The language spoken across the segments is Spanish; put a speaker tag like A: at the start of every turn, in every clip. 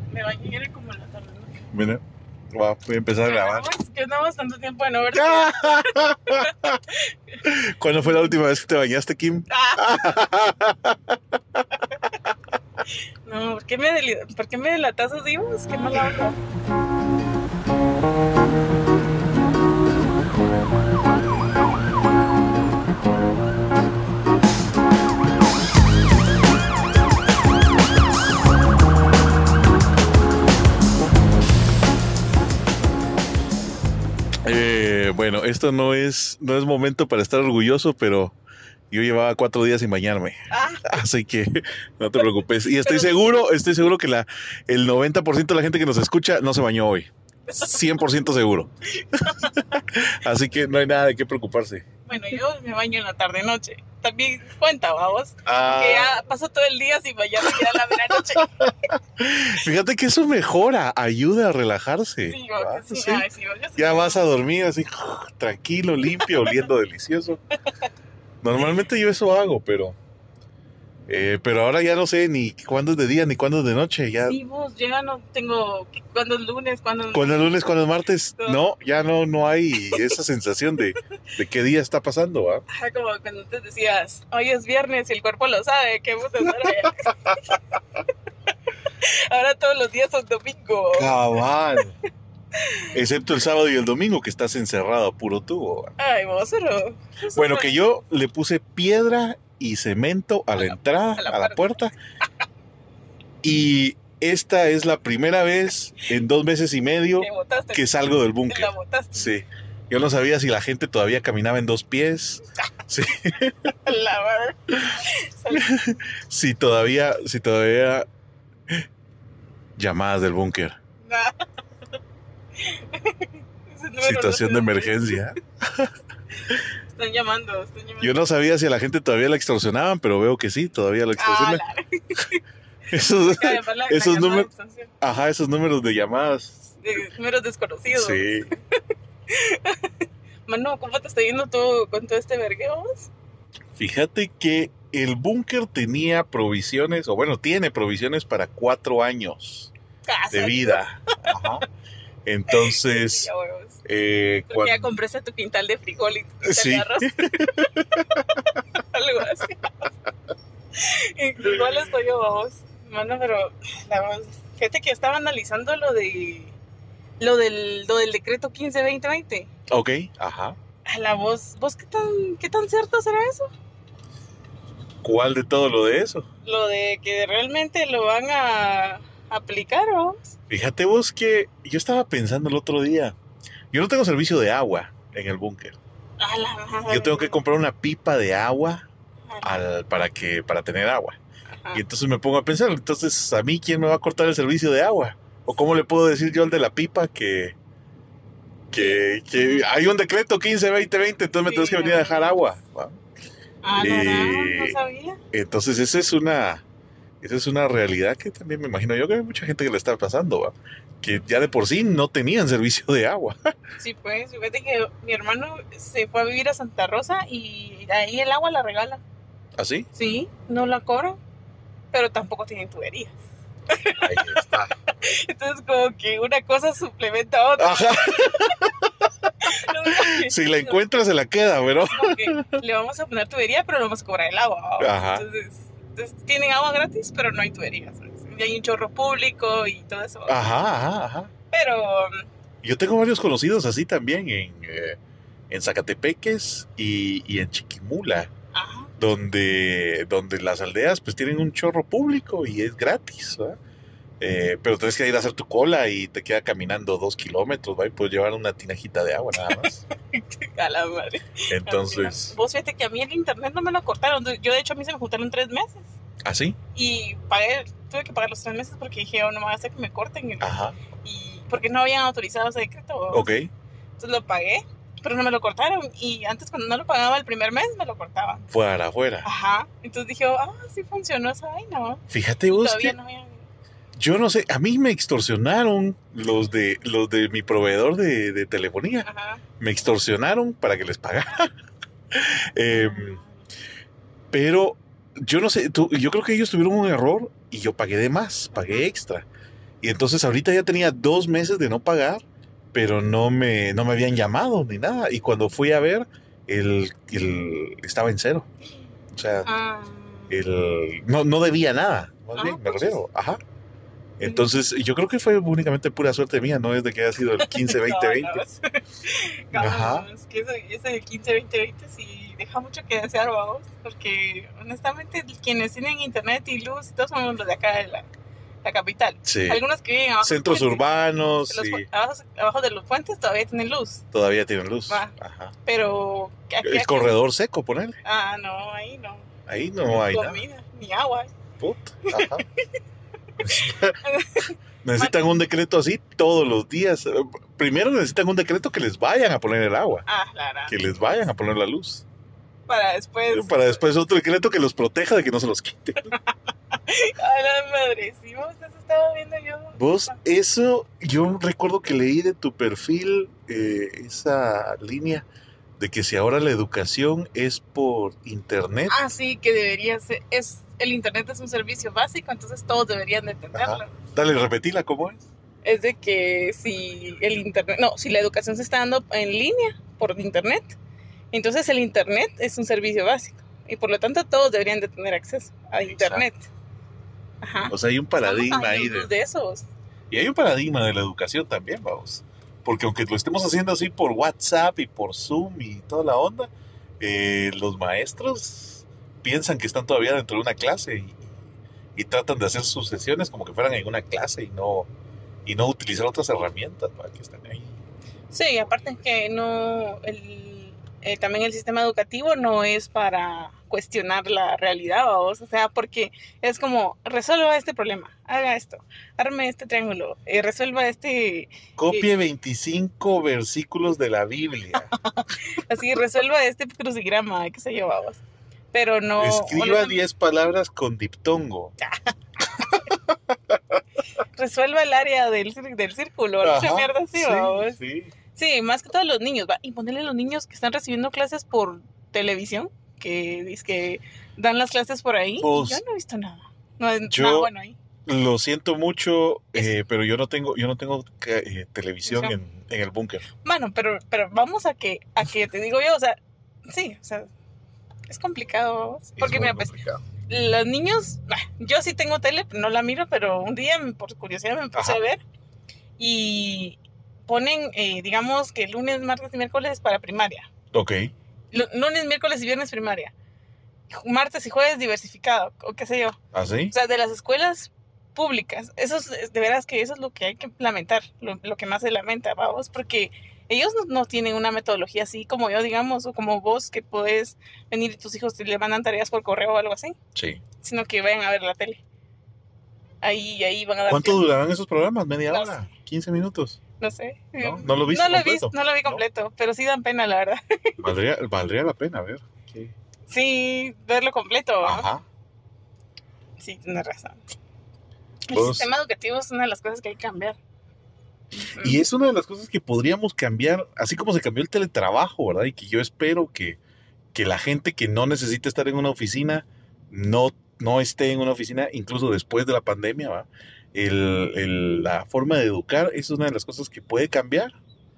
A: Me bañé era como en la tarde, ¿no?
B: Mira, voy a empezar a grabar.
A: Que andamos tanto tiempo de no verte.
B: ¿Cuándo fue la última vez que te bañaste, Kim?
A: No, ¿por qué me delatas así vos? Qué mala onda.
B: Bueno, esto no es momento para estar orgulloso, pero yo llevaba 4 días sin bañarme. Así que no te preocupes. Y estoy seguro que el 90% de la gente que nos escucha no se bañó hoy. 100% seguro. Así que no hay nada de qué preocuparse.
A: Bueno, yo me baño en la tarde-noche. También cuenta, vamos. Que ya paso todo el día sin bañarme y ya la mera noche.
B: Fíjate que eso mejora, ayuda a relajarse.
A: Sí, sí.
B: ¿Sí?
A: Ay, sí,
B: ya vas a dormir así, tranquilo, limpio, oliendo delicioso. Normalmente yo eso hago, pero ahora ya no sé ni cuándo es de día ni cuándo es de noche. Ya.
A: Sí, vos, yo ya no tengo cuándo es lunes, cuándo es
B: lunes, cuándo es martes. No, ya no hay esa sensación de qué día está pasando, ¿va?
A: Ajá, como cuando te decías, hoy es viernes y el cuerpo lo sabe, qué puta madre. Ahora todos los días son domingo.
B: Cabal. Excepto el sábado y el domingo, que estás encerrado a puro tubo.
A: Ay, vos, pero...
B: Bueno, que yo le puse piedra y cemento a la entrada, a la puerta. Y esta es la primera vez en 2 meses y medio que salgo del búnker.
A: La botaste.
B: Sí. Yo no sabía si la gente todavía caminaba en 2 pies. Sí. Si todavía llamadas del búnker. Situación de emergencia.
A: Están llamando.
B: Yo no sabía si a la gente todavía la extorsionaban, pero veo que sí, todavía la extorsionan. Esos números. Ajá, esos números de llamadas.
A: De números desconocidos.
B: Sí.
A: Mano, ¿cómo te está yendo todo con todo este vergueo?
B: Fíjate que el búnker tenía provisiones, o bueno, tiene provisiones para 4 años de vida. Ajá. Entonces,
A: cuando ya compraste tu quintal de frijol y tu
B: sí.
A: de arroz. Algo así. Igual estoy yo, vamos. Mano, pero fíjate que estaba analizando lo del decreto 15-2020.
B: Ok, ajá.
A: A la ¿vos qué tan cierto será eso?
B: ¿Cuál de todo lo de eso?
A: Lo de que realmente lo van a aplicar, ¿o?
B: Fíjate vos que yo estaba pensando el otro día. Yo no tengo servicio de agua en el búnker. Yo tengo que comprar una pipa de agua para tener agua. Ajá. Y entonces me pongo a pensar, entonces, ¿a mí quién me va a cortar el servicio de agua? ¿O cómo le puedo decir yo al de la pipa que hay un decreto 15-2020, entonces me tienes que venir a dejar agua? ¿Va?
A: No sabía.
B: Entonces esa es una realidad que también me imagino yo que hay mucha gente que le está pasando, ¿va? Que ya de por sí no tenían servicio de agua.
A: Sí, pues, fíjate que mi hermano se fue a vivir a Santa Rosa y ahí el agua la regalan.
B: ¿Ah, sí?
A: Sí, no la cobran, pero tampoco tienen tuberías.
B: Ahí está.
A: Entonces como que una cosa suplementa a otra.
B: Ajá. Si la encuentras se la queda, pero
A: como que le vamos a poner tubería, pero le vamos a cobrar el agua.
B: Ajá.
A: Entonces tienen agua gratis, pero no hay tuberías. Y hay un chorro público y todo eso.
B: Ajá.
A: Pero
B: yo tengo varios conocidos así también en Zacatepeques y en Chiquimula.
A: Ajá.
B: Donde las aldeas pues tienen un chorro público y es gratis, ¿verdad? Pero tienes que ir a hacer tu cola y te queda caminando 2 kilómetros, ¿va? Y puedes llevar una tinajita de agua nada más.
A: A la madre.
B: Entonces,
A: vos fíjate que a mí el internet no me lo cortaron. Yo de hecho a mí se me juntaron 3 meses.
B: ¿Ah, sí?
A: Y tuve que pagar los 3 meses porque dije, no me va a hacer que me corten.
B: Ajá.
A: Y porque no habían autorizado ese decreto.
B: Ok.
A: Entonces lo pagué, pero no me lo cortaron. Y antes cuando no lo pagaba el primer mes, me lo cortaban.
B: Fuera.
A: Ajá. Entonces dije, sí funcionó esa vaina, ¿no?
B: Fíjate vos
A: todavía
B: que
A: no había...
B: yo no sé, a mí me extorsionaron los de mi proveedor de telefonía.
A: Ajá.
B: Me extorsionaron para que les pagara. Pero yo no sé, yo creo que ellos tuvieron un error y yo pagué de más, pagué extra. Y entonces ahorita ya tenía 2 meses de no pagar, pero no me habían llamado ni nada. Y cuando fui a ver, estaba en cero. O sea, no debía nada. Más bien, me refiero. Ajá. Entonces, yo creo que fue únicamente pura suerte mía, no es de que haya sido el 15-20-20.
A: Ajá. Es que ese del 15-20-20 sí deja mucho que desear, vamos. Porque, honestamente, quienes tienen internet y luz y todos son los de acá de la capital.
B: Sí.
A: Algunos que viven abajo
B: centros urbanos.
A: Abajo de los puentes todavía tienen luz.
B: Todavía tienen luz.
A: Ajá. Pero...
B: El corredor seco, ponele.
A: No, ahí no.
B: Ahí no hay
A: comida, nada. Ni agua.
B: Puta. Ajá. Necesitan un decreto así todos los días. Primero necesitan un decreto que les vayan a poner el agua.
A: Claro.
B: Que les vayan a poner la luz.
A: Para después
B: otro decreto que los proteja de que no se los quite.
A: A la madre, sí, vos eso estaba viendo yo.
B: Vos, eso, yo recuerdo que leí de tu perfil esa línea de que si ahora la educación es por internet.
A: Sí, que debería ser, el internet es un servicio básico, entonces todos deberían de entenderlo.
B: Ajá. Dale, repetila, ¿cómo es?
A: Es de que si la educación se está dando en línea, por internet, entonces el internet es un servicio básico. Y por lo tanto todos deberían de tener acceso a internet. Ajá.
B: O sea, hay un paradigma ahí
A: de esos.
B: Y hay un paradigma de la educación también, vamos. Porque aunque lo estemos haciendo así por WhatsApp y por Zoom y toda la onda, los maestros piensan que están todavía dentro de una clase y tratan de hacer sus sesiones como que fueran en una clase y no utilizar otras herramientas para que están ahí.
A: Sí, aparte que también el sistema educativo no es para cuestionar la realidad, vamos, o sea, porque es como, resuelva este problema, haga esto, arme este triángulo, resuelva
B: copie 25 versículos de la Biblia.
A: Así, resuelva este crucigrama, qué sé yo, vamos. Pero no...
B: Escriba 10 palabras con diptongo.
A: Resuelva el área del círculo, esa mierda así, vamos. Sí, más que todos los niños, y ponerle a los niños que están recibiendo clases por televisión, que dan las clases por ahí, pues, yo no he visto nada. Nada bueno ahí.
B: Lo siento mucho, pero yo no tengo televisión en el búnker.
A: Bueno, pero vamos a que te digo yo, o sea, sí, o sea, es complicado. Porque mira, pues, los niños, yo sí tengo tele, no la miro, pero un día por curiosidad me puse a ver y ponen, digamos que lunes, martes y miércoles para primaria.
B: Ok.
A: Lunes, miércoles y viernes primaria. Martes y jueves diversificado, o qué sé yo.
B: ¿Ah, sí?
A: O sea, de las escuelas públicas. Eso es, de veras que eso es lo que hay que lamentar, lo que más se lamenta, vamos, porque ellos no tienen una metodología así como yo, digamos, o como vos, que podés venir y tus hijos te le mandan tareas por correo o algo así.
B: Sí.
A: Sino que vayan a ver la tele. Ahí van a dar...
B: ¿Cuánto durarán esos programas? ¿Media hora? ¿15 minutos?
A: No sé.
B: ¿No lo viste completo?
A: No lo vi completo, pero sí dan pena, la verdad.
B: Valdría la pena, a ver. ¿Qué?
A: Sí, verlo completo.
B: Ajá.
A: Sí, tienes razón. El sistema educativo es una de las cosas que hay que cambiar.
B: Y es una de las cosas que podríamos cambiar, así como se cambió el teletrabajo, ¿verdad? Y que yo espero que la gente que no necesita estar en una oficina no esté en una oficina, incluso después de la pandemia, ¿verdad? La forma de educar es una de las cosas que puede cambiar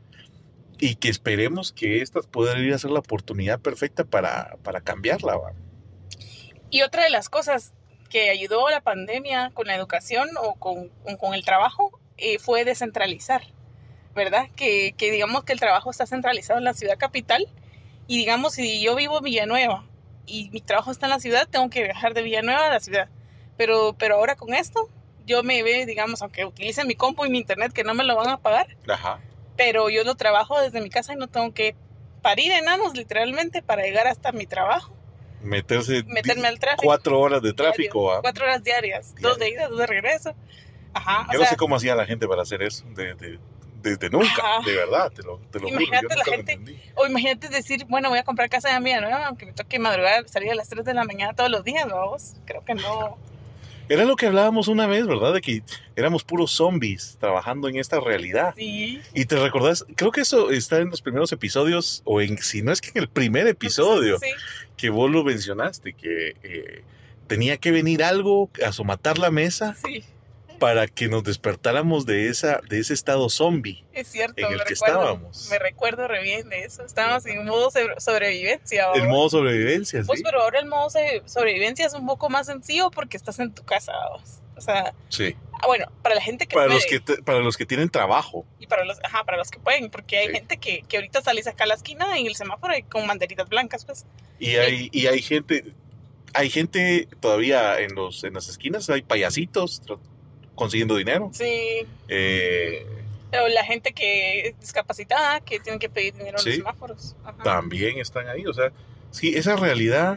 B: y que esperemos que estas puedan ir a ser la oportunidad perfecta para cambiarla, ¿verdad?
A: Y otra de las cosas que ayudó a la pandemia con la educación o con el trabajo fue descentralizar, ¿verdad? Que digamos que el trabajo está centralizado en la ciudad capital y digamos si yo vivo en Villanueva y mi trabajo está en la ciudad, tengo que viajar de Villanueva a la ciudad. Pero ahora con esto, yo me veo, digamos, aunque utilice mi compu y mi internet que no me lo van a pagar,
B: ajá,
A: pero yo lo trabajo desde mi casa y no tengo que parir enanos literalmente para llegar hasta mi trabajo. Meterme al tráfico.
B: 4 horas de tráfico.
A: Diario, 4 horas diarias. 2 de ida, 2 de regreso. Ajá.
B: Yo no sé cómo hacía la gente para hacer eso. Desde nunca, de verdad, te lo
A: imagínate
B: juro.
A: La gente, o imagínate decir, bueno, voy a comprar casa de amiga, ¿no? Aunque me toque madrugar, salir a las 3 de la mañana todos los días, vamos. Creo que no.
B: Era lo que hablábamos una vez, ¿verdad? De que éramos puros zombies trabajando en esta realidad.
A: Sí.
B: Y te recordás, creo que eso está en los primeros episodios, si no es que en el primer episodio, sí, que vos lo mencionaste, que tenía que venir algo a somatar la mesa.
A: Sí.
B: para que nos despertáramos de ese estado zombie.
A: Es cierto,
B: en el que estábamos.
A: Me recuerdo re bien de eso. Estábamos en modo sobrevivencia.
B: El modo sobrevivencia,
A: pues,
B: sí.
A: Pero ahora el modo sobrevivencia es un poco más sencillo porque estás en tu casa, vos. O sea,
B: sí.
A: Bueno, para la gente que
B: para
A: puede.
B: Para los que tienen trabajo.
A: Y para los que pueden, porque hay gente que ahorita sales acá a la esquina en el semáforo y con banderitas blancas, pues.
B: Y hay gente todavía en las esquinas, hay payasitos consiguiendo dinero.
A: Sí. Pero la gente que es discapacitada, que tienen que pedir dinero en los semáforos. Ajá.
B: También están ahí, o sea, sí, esa realidad,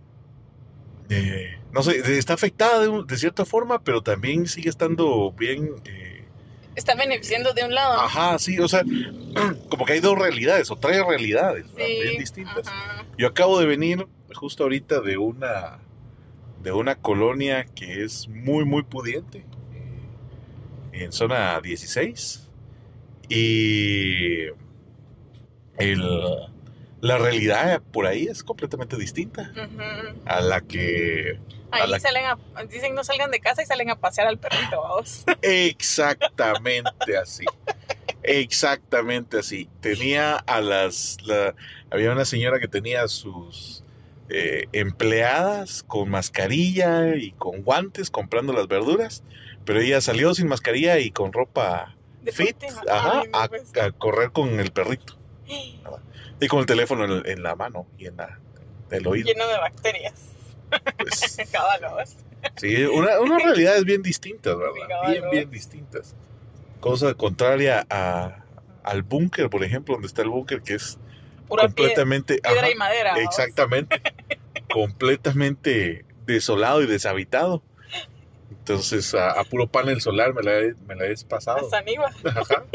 B: no sé, está afectada de cierta forma, pero también sigue estando bien...
A: está beneficiando de un lado, ¿no?
B: Ajá, sí, o sea, como que hay dos realidades, o tres realidades, sí, bien distintas.
A: Ajá.
B: Yo acabo de venir justo ahorita de una colonia que es muy, muy pudiente, en zona 16, y la realidad por ahí es completamente distinta a la que...
A: Ahí dicen no salgan de casa y salen a pasear al perrito, vamos.
B: Exactamente así. Exactamente así. Había una señora que tenía sus empleadas con mascarilla y con guantes comprando las verduras, pero ella salió sin mascarilla y con ropa fit, a correr con el perrito. Y con el teléfono en la mano y en el oído.
A: Lleno de bacterias.
B: Pues,
A: caballos.
B: Sí, unas realidades bien distintas, ¿verdad? Bien distintas. Cosa contraria al búnker, por ejemplo, donde está el búnker, que es
A: pura
B: completamente...
A: piedra y madera.
B: Exactamente. Completamente desolado y deshabitado. Entonces, a puro panel solar me la he pasado.
A: A Saniva.
B: Ajá.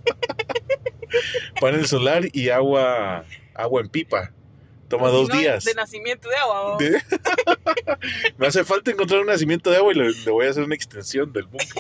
B: Panel solar y agua en pipa. Toma 2 días.
A: De nacimiento de agua.
B: Me hace falta encontrar un nacimiento de agua y le voy a hacer una extensión del búnker.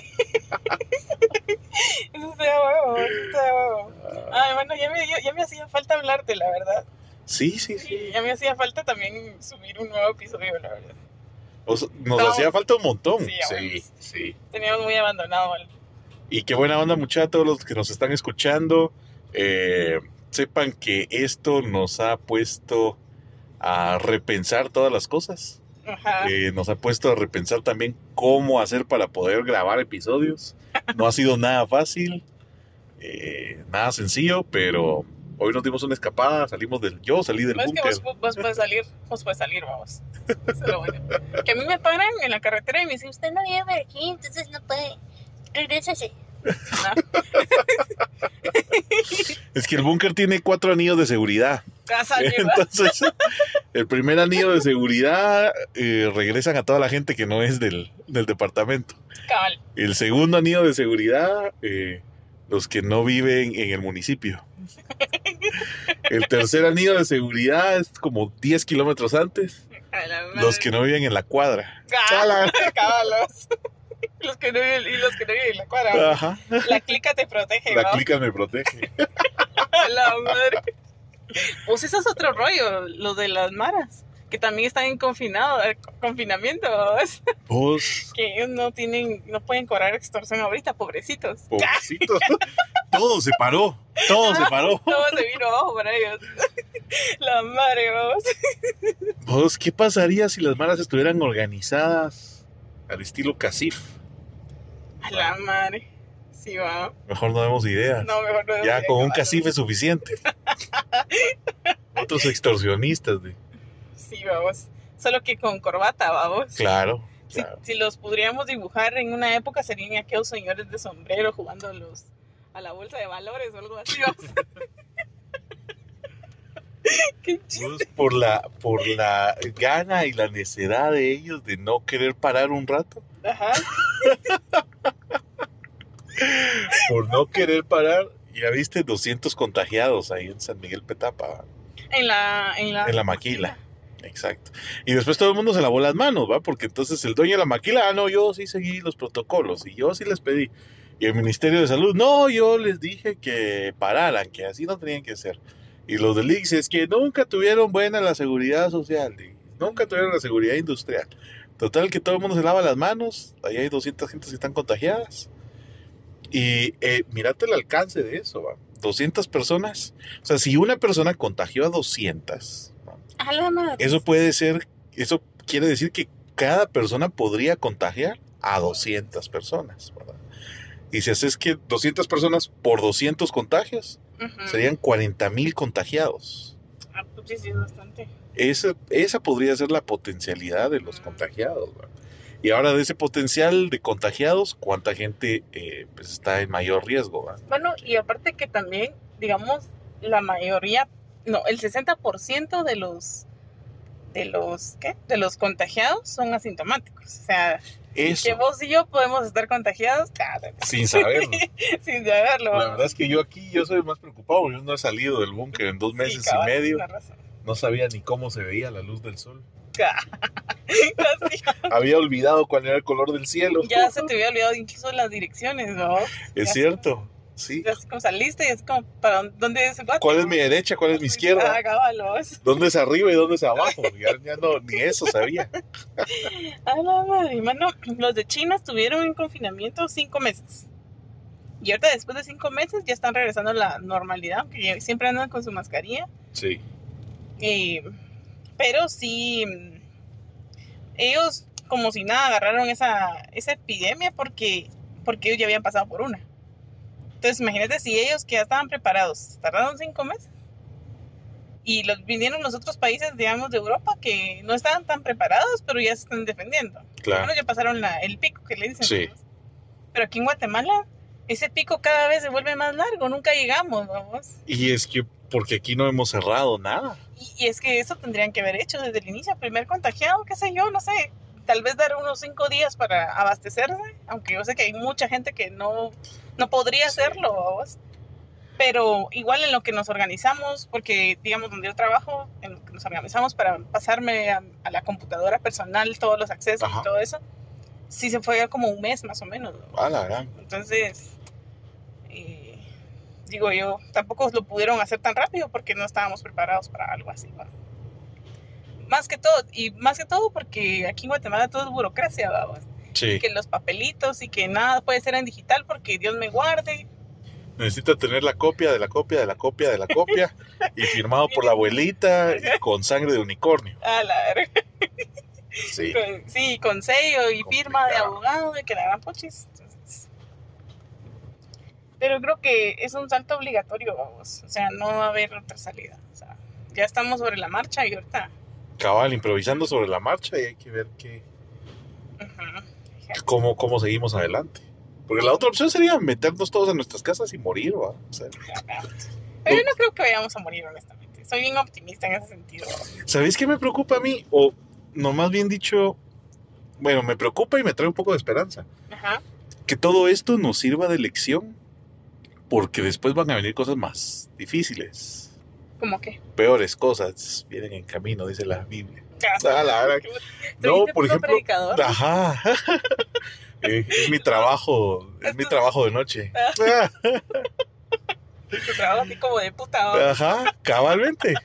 A: Eso está de huevo. Ay, bueno, ya me hacía falta hablarte, la verdad.
B: Sí.
A: Ya me hacía falta también subir un nuevo episodio, la verdad.
B: Nos hacía falta un montón.
A: Sí. Teníamos muy abandonado.
B: Y qué buena onda, muchachos, todos los que nos están escuchando. Sepan que esto nos ha puesto a repensar todas las cosas.
A: Ajá.
B: Nos ha puesto a repensar también cómo hacer para poder grabar episodios. No ha sido nada fácil, nada sencillo, pero hoy nos dimos una escapada, yo salí del búnker.
A: Es que vos puedes salir, vamos. Eso es lo bueno. Que a mí me paran en la carretera y me dicen, usted no vive por aquí, entonces no puede, regrésese. ¿No?
B: Es que el búnker tiene 4 anillos de seguridad. Entonces, el primer anillo de seguridad regresan a toda la gente que no es del departamento.
A: Cabal.
B: El segundo anillo de seguridad, los que no viven en el municipio. El tercer anillo de seguridad es como 10 kilómetros antes. Los que no viven en la cuadra.
A: Cabalos. Los que no viven en la cuadra.
B: Ajá.
A: La clica te protege.
B: La clica me protege.
A: La madre. Pues eso es otro rollo, lo de las maras, que también están en confinamiento, ¿ves?
B: Pues,
A: que ellos no pueden cobrar extorsión ahorita, pobrecitos.
B: Todo se paró. Todo se
A: vino abajo para ellos. La madre, vamos.
B: Pues, ¿qué pasaría si las maras estuvieran organizadas al estilo CACIF?
A: A la madre. Sí, va.
B: Mejor no demos ideas.
A: No, mejor no demos
B: ya con un CACIF es suficiente. Otros extorsionistas.
A: Sí, vamos. Solo que con corbata, vamos.
B: Claro.
A: Si los podríamos dibujar en una época, serían aquellos señores de sombrero jugando a la bolsa de valores o algo así, vamos. Qué chiste.
B: Pues por la gana y la necedad de ellos de no querer parar un rato.
A: Ajá.
B: Por no querer parar, ya viste 200 contagiados ahí en San Miguel Petapa.
A: En la
B: maquila. Exacto. Y después todo el mundo se lavó las manos, ¿va? Porque entonces el dueño de la maquila, no, yo sí seguí los protocolos y yo sí les pedí. Y el Ministerio de Salud, no, yo les dije que pararan, que así no tenían que ser. Y los del ICS es que nunca tuvieron buena la seguridad social, nunca tuvieron la seguridad industrial. Total, que todo el mundo se lava las manos. Ahí hay 200 gentes que están contagiadas. Y mírate el alcance de eso, ¿va? 200 personas. O sea, si una persona contagió a 200, ¿no?
A: A la madre.
B: Eso quiere decir que cada persona podría contagiar a 200 personas, ¿verdad? Y si haces que 200 personas por 200 contagios, serían 40,000 contagiados.
A: Ah, pues sí, es bastante.
B: Esa podría ser la potencialidad de los contagiados, ¿verdad? Y ahora de ese potencial de contagiados, ¿cuánta gente pues está en mayor riesgo, ¿verdad?
A: Bueno, y aparte que también, digamos, la mayoría, no, el 60% de los contagiados son asintomáticos. O sea,
B: eso.
A: Que vos y yo podemos estar contagiados
B: sin saberlo.
A: Sin saberlo.
B: La verdad es que yo soy más preocupado. Yo no he salido del búnker en 2 meses y medio. No sabía ni cómo se veía la luz del sol. Había olvidado cuál era el color del cielo.
A: Ya se te había olvidado incluso las direcciones, ¿no?
B: Es cierto, sí.
A: Así como saliste y así como, ¿para dónde es?
B: ¿Cuál es mi derecha? ¿Cuál es mi izquierda?
A: Cabalos.
B: ¿Dónde es arriba y dónde es abajo? Ya no, ni eso sabía.
A: A la madre, mano. Los de China estuvieron en confinamiento 5 meses. Y ahorita después de 5 meses ya están regresando a la normalidad, aunque siempre andan con su mascarilla.
B: Sí.
A: Pero sí, ellos como si nada agarraron esa epidemia porque ellos ya habían pasado por una. Entonces imagínate si ellos que ya estaban preparados tardaron 5 meses y vinieron los otros países, digamos, de Europa que no estaban tan preparados, pero ya se están defendiendo.
B: Claro.
A: Bueno, ya pasaron el pico que le dicen.
B: Sí.
A: Pero aquí en Guatemala ese pico cada vez se vuelve más largo, nunca llegamos, vamos.
B: Y es que porque aquí no hemos cerrado nada.
A: Y es que eso tendrían que haber hecho desde el inicio, primer contagiado, qué sé yo, no sé, tal vez dar unos 5 días para abastecerse, aunque yo sé que hay mucha gente que no podría hacerlo, vamos. Pero igual en lo que nos organizamos, porque digamos donde yo trabajo, en lo que nos organizamos para pasarme a la computadora personal todos los accesos. Ajá. Y todo eso, sí se fue como un mes más o menos, ¿no?
B: Ah, la gran.
A: Entonces, digo yo, tampoco lo pudieron hacer tan rápido porque no estábamos preparados para algo así, ¿no? Más que todo porque aquí en Guatemala todo es burocracia, vamos.
B: Sí.
A: Que los papelitos y que nada puede ser en digital porque Dios me guarde.
B: Necesita tener la copia de la copia de la copia de la copia y firmado por la abuelita y con sangre de unicornio.
A: A la verga.
B: Sí.
A: Con sello y firma de abogado y que la gran pochis. Entonces, pero creo que es un salto obligatorio, vamos. O sea, no va a haber otra salida. O sea, ya estamos sobre la marcha y ahorita...
B: Cabal, improvisando sobre la marcha y hay que ver cómo seguimos adelante. Porque la otra opción sería meternos todos en nuestras casas y morir, ¿va? O sea,
A: pero yo no creo que vayamos a morir, honestamente. Soy bien optimista en ese sentido.
B: ¿Sabéis qué me preocupa a mí? O, no, más bien dicho, bueno, me preocupa y me trae un poco de esperanza.
A: Ajá.
B: Que todo esto nos sirva de lección, porque después van a venir cosas más difíciles.
A: ¿Cómo qué?
B: Peores cosas vienen en camino, dice la Biblia.
A: La verdad.
B: No, por ejemplo.
A: Predicador?
B: Ajá. Es mi trabajo de noche.
A: Tu trabajo así como de puta. ¿No?
B: Ajá, cabalmente.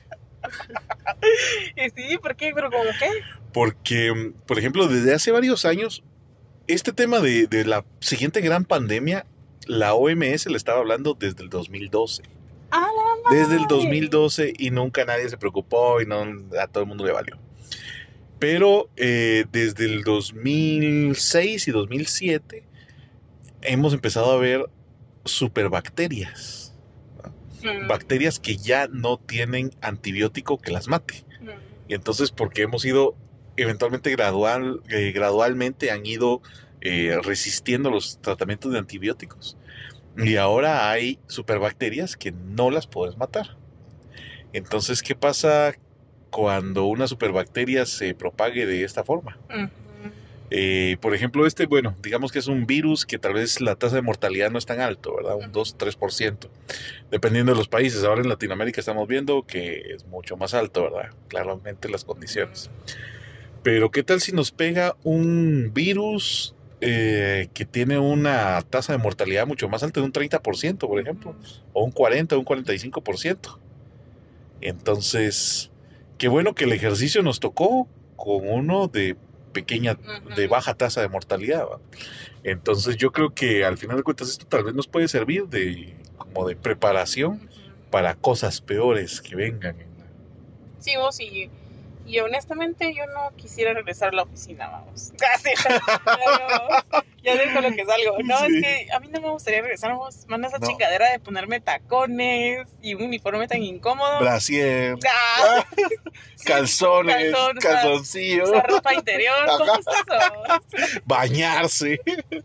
A: Sí, ¿por qué? ¿Pero cómo qué?
B: Porque, por ejemplo, desde hace varios años, este tema de la siguiente gran pandemia, la OMS le estaba hablando desde el 2012.
A: ¡Ah, la madre!
B: Desde el 2012 y nunca nadie se preocupó y a todo el mundo le valió. Pero desde el 2006 y 2007 hemos empezado a ver superbacterias, ¿no? Bacterias que ya no tienen antibiótico que las mate. Y entonces, porque hemos ido eventualmente gradualmente han ido resistiendo los tratamientos de antibióticos. Y ahora hay superbacterias que no las puedes matar. Entonces, ¿qué pasa cuando una superbacteria se propague de esta forma? Por ejemplo, bueno, digamos que es un virus que tal vez la tasa de mortalidad no es tan alto, ¿verdad? Un 2-3%, dependiendo de los países. Ahora en Latinoamérica estamos viendo que es mucho más alto, ¿verdad? Claramente las condiciones. Pero ¿qué tal si nos pega un virus que tiene una tasa de mortalidad mucho más alta de un 30%, por ejemplo? O un 40, un 45%. Entonces, qué bueno que el ejercicio nos tocó con uno de pequeña, de baja tasa de mortalidad, ¿va? Entonces yo creo que al final de cuentas esto tal vez nos puede servir como de preparación para cosas peores que vengan.
A: Sí, vos, y honestamente yo no quisiera regresar a la oficina, vamos. Casi. Ya sé con lo que salgo. No, sí. Es que a mí no me gustaría regresar, vamos. Manda esa chingadera de ponerme tacones y un uniforme tan incómodo.
B: Brasier. Calzones, calzoncillos.
A: Esa ropa interior, ¿cómo es eso?
B: Bañarse.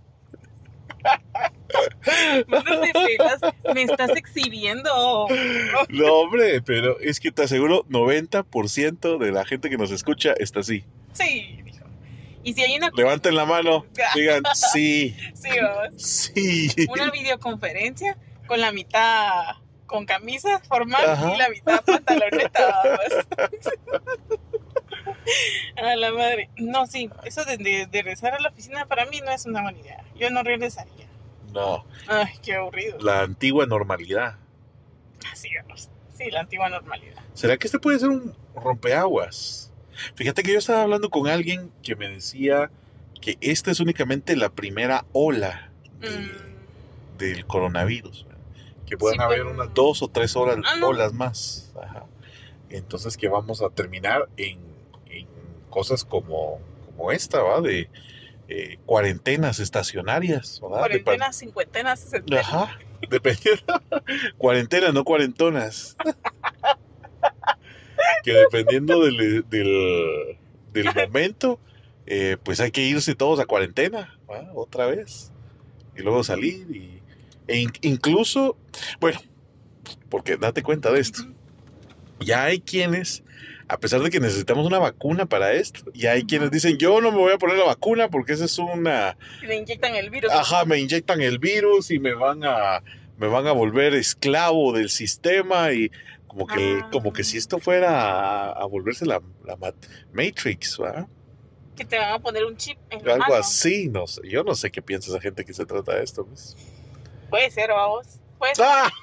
A: Me estás exhibiendo.
B: No, hombre, pero es que te aseguro 90% de la gente que nos escucha está así.
A: Sí. Y si hay una...
B: Levanten la mano, digan sí.
A: Sí, vamos.
B: Sí.
A: Una videoconferencia con la mitad con camisa formal y la mitad pantaloneta, vamos. A la madre. No, sí, eso de regresar a la oficina para mí no es una buena idea. Yo no regresaría.
B: No.
A: Ay, qué aburrido.
B: La antigua normalidad.
A: Sí, sí, la antigua normalidad.
B: ¿Será que este puede ser un rompeaguas? Fíjate que yo estaba hablando con alguien que me decía que esta es únicamente la primera ola del coronavirus. Que pueden haber unas 2 o 3 olas más. Ajá. Entonces que vamos a terminar en cosas como esta, ¿va? De cuarentenas estacionarias, ¿verdad?
A: Cuarentenas, cincuentenas, sesentenas.
B: Ajá, dependiendo. Cuarentenas, no cuarentonas. Que dependiendo del momento, pues hay que irse todos a cuarentena, ¿va? Otra vez. Y luego salir incluso, bueno, porque date cuenta de esto. Ya hay quienes, a pesar de que necesitamos una vacuna para esto, ya hay quienes dicen, yo no me voy a poner la vacuna porque esa es una...
A: Me inyectan el virus.
B: Ajá, me inyectan el virus y me van a volver esclavo del sistema y como que si esto fuera a volverse la Matrix, ¿verdad?
A: Que te van a poner un chip en la
B: algo
A: mano.
B: Así, no sé. Yo no sé qué piensa esa gente que se trata de esto, pues.
A: Puede ser, vamos. Puede ser.
B: ¡Ah!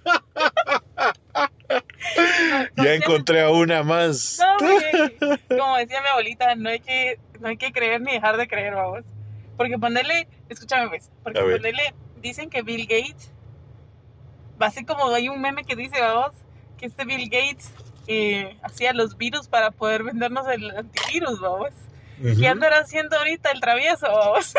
B: Ya encontré a una más.
A: No, como decía mi abuelita, no hay que creer ni dejar de creer, vamos. Porque ponerle, escúchame pues, porque ponerle, dicen que Bill Gates, así como hay un meme que dice, vamos, que Bill Gates hacía los virus para poder vendernos el antivirus, vamos. ¿Qué andará haciendo ahorita el travieso, vamos?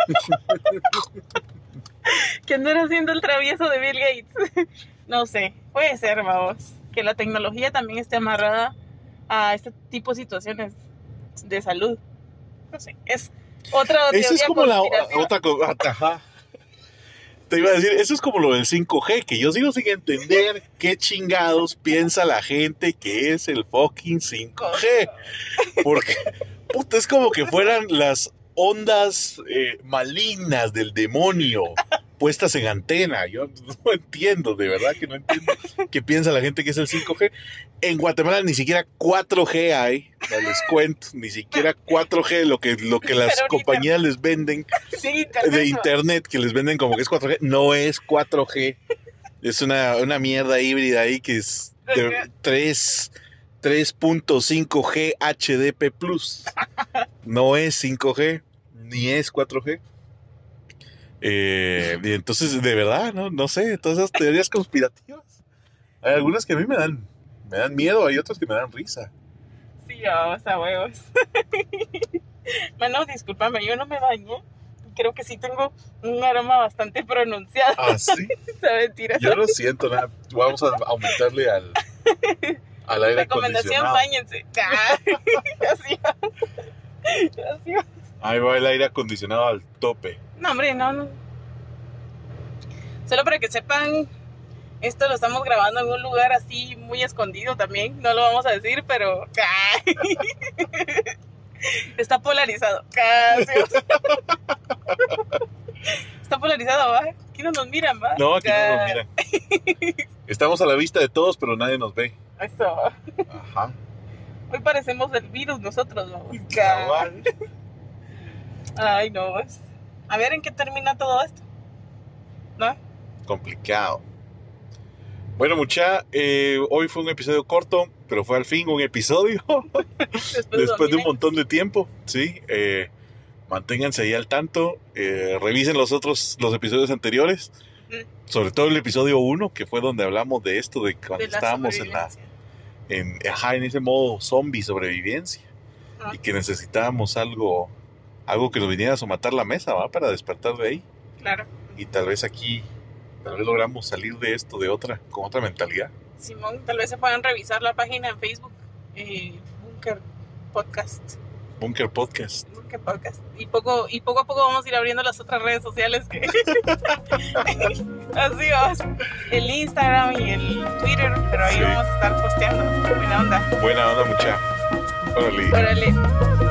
A: ¿Qué andará haciendo el travieso de Bill Gates? No sé, puede ser, vamos, que la tecnología también esté amarrada a este tipo de situaciones de salud. No sé, es otra teoría.
B: Eso es como la otra cosa. Ajá. Te iba a decir, eso es como lo del 5G, que yo sigo sin entender qué chingados piensa la gente que es el fucking 5G. Porque, puta, es como que fueran las ondas malignas del demonio puestas en antena. Yo no entiendo, de verdad que no entiendo qué piensa la gente que es el 5G. En Guatemala ni siquiera 4G hay, les cuento, ni siquiera 4G, lo que las compañías les venden de internet, que les venden como que es 4G, no es 4G. Es una mierda híbrida ahí que es de 3.5G HDP+. No es 5G, ni es 4G. Y entonces, de verdad, no sé, todas esas teorías conspirativas. Hay algunas que a mí me dan miedo, hay otras que me dan risa.
A: Sí, vamos a huevos. Mano, discúlpame, yo no me bañé. Creo que sí tengo un aroma bastante pronunciado.
B: ¿Ah, sí?
A: Mentira.
B: Yo no siento nada. Vamos a aumentarle al aire
A: recomendación,
B: acondicionado.
A: Báñense. Así va.
B: Ahí va el aire acondicionado al tope.
A: No, hombre, no. Solo para que sepan, esto lo estamos grabando en un lugar así muy escondido también. No lo vamos a decir, pero está polarizado. Está polarizado, ¿va? Aquí no nos miran, ¿va?
B: No, aquí no nos miran. Estamos a la vista de todos, pero nadie nos ve.
A: Eso.
B: Ajá.
A: Hoy parecemos el virus nosotros, ¿no? Ay, no. A ver en qué termina todo esto. ¿No?
B: Complicado. Bueno, mucha, hoy fue un episodio corto. pero fue al fin un episodio. Después de un montón de tiempo, sí. Manténganse ahí al tanto. Revisen los episodios anteriores. Sobre todo el episodio 1, que fue donde hablamos de esto, de cuando estábamos en ese modo zombie sobrevivencia. Y que necesitábamos algo que nos viniera a somatar la mesa, ¿va? Para despertar de ahí.
A: Claro.
B: Y tal vez logramos salir de esto con otra mentalidad.
A: Simón, tal vez se puedan revisar la página en Facebook, Bunker Podcast.
B: Bunker Podcast.
A: Y poco a poco vamos a ir abriendo las otras redes sociales. Así vamos. El Instagram y el Twitter, pero ahí vamos a estar posteando. Buena onda.
B: Buena onda, mucha. Órale.
A: Órale.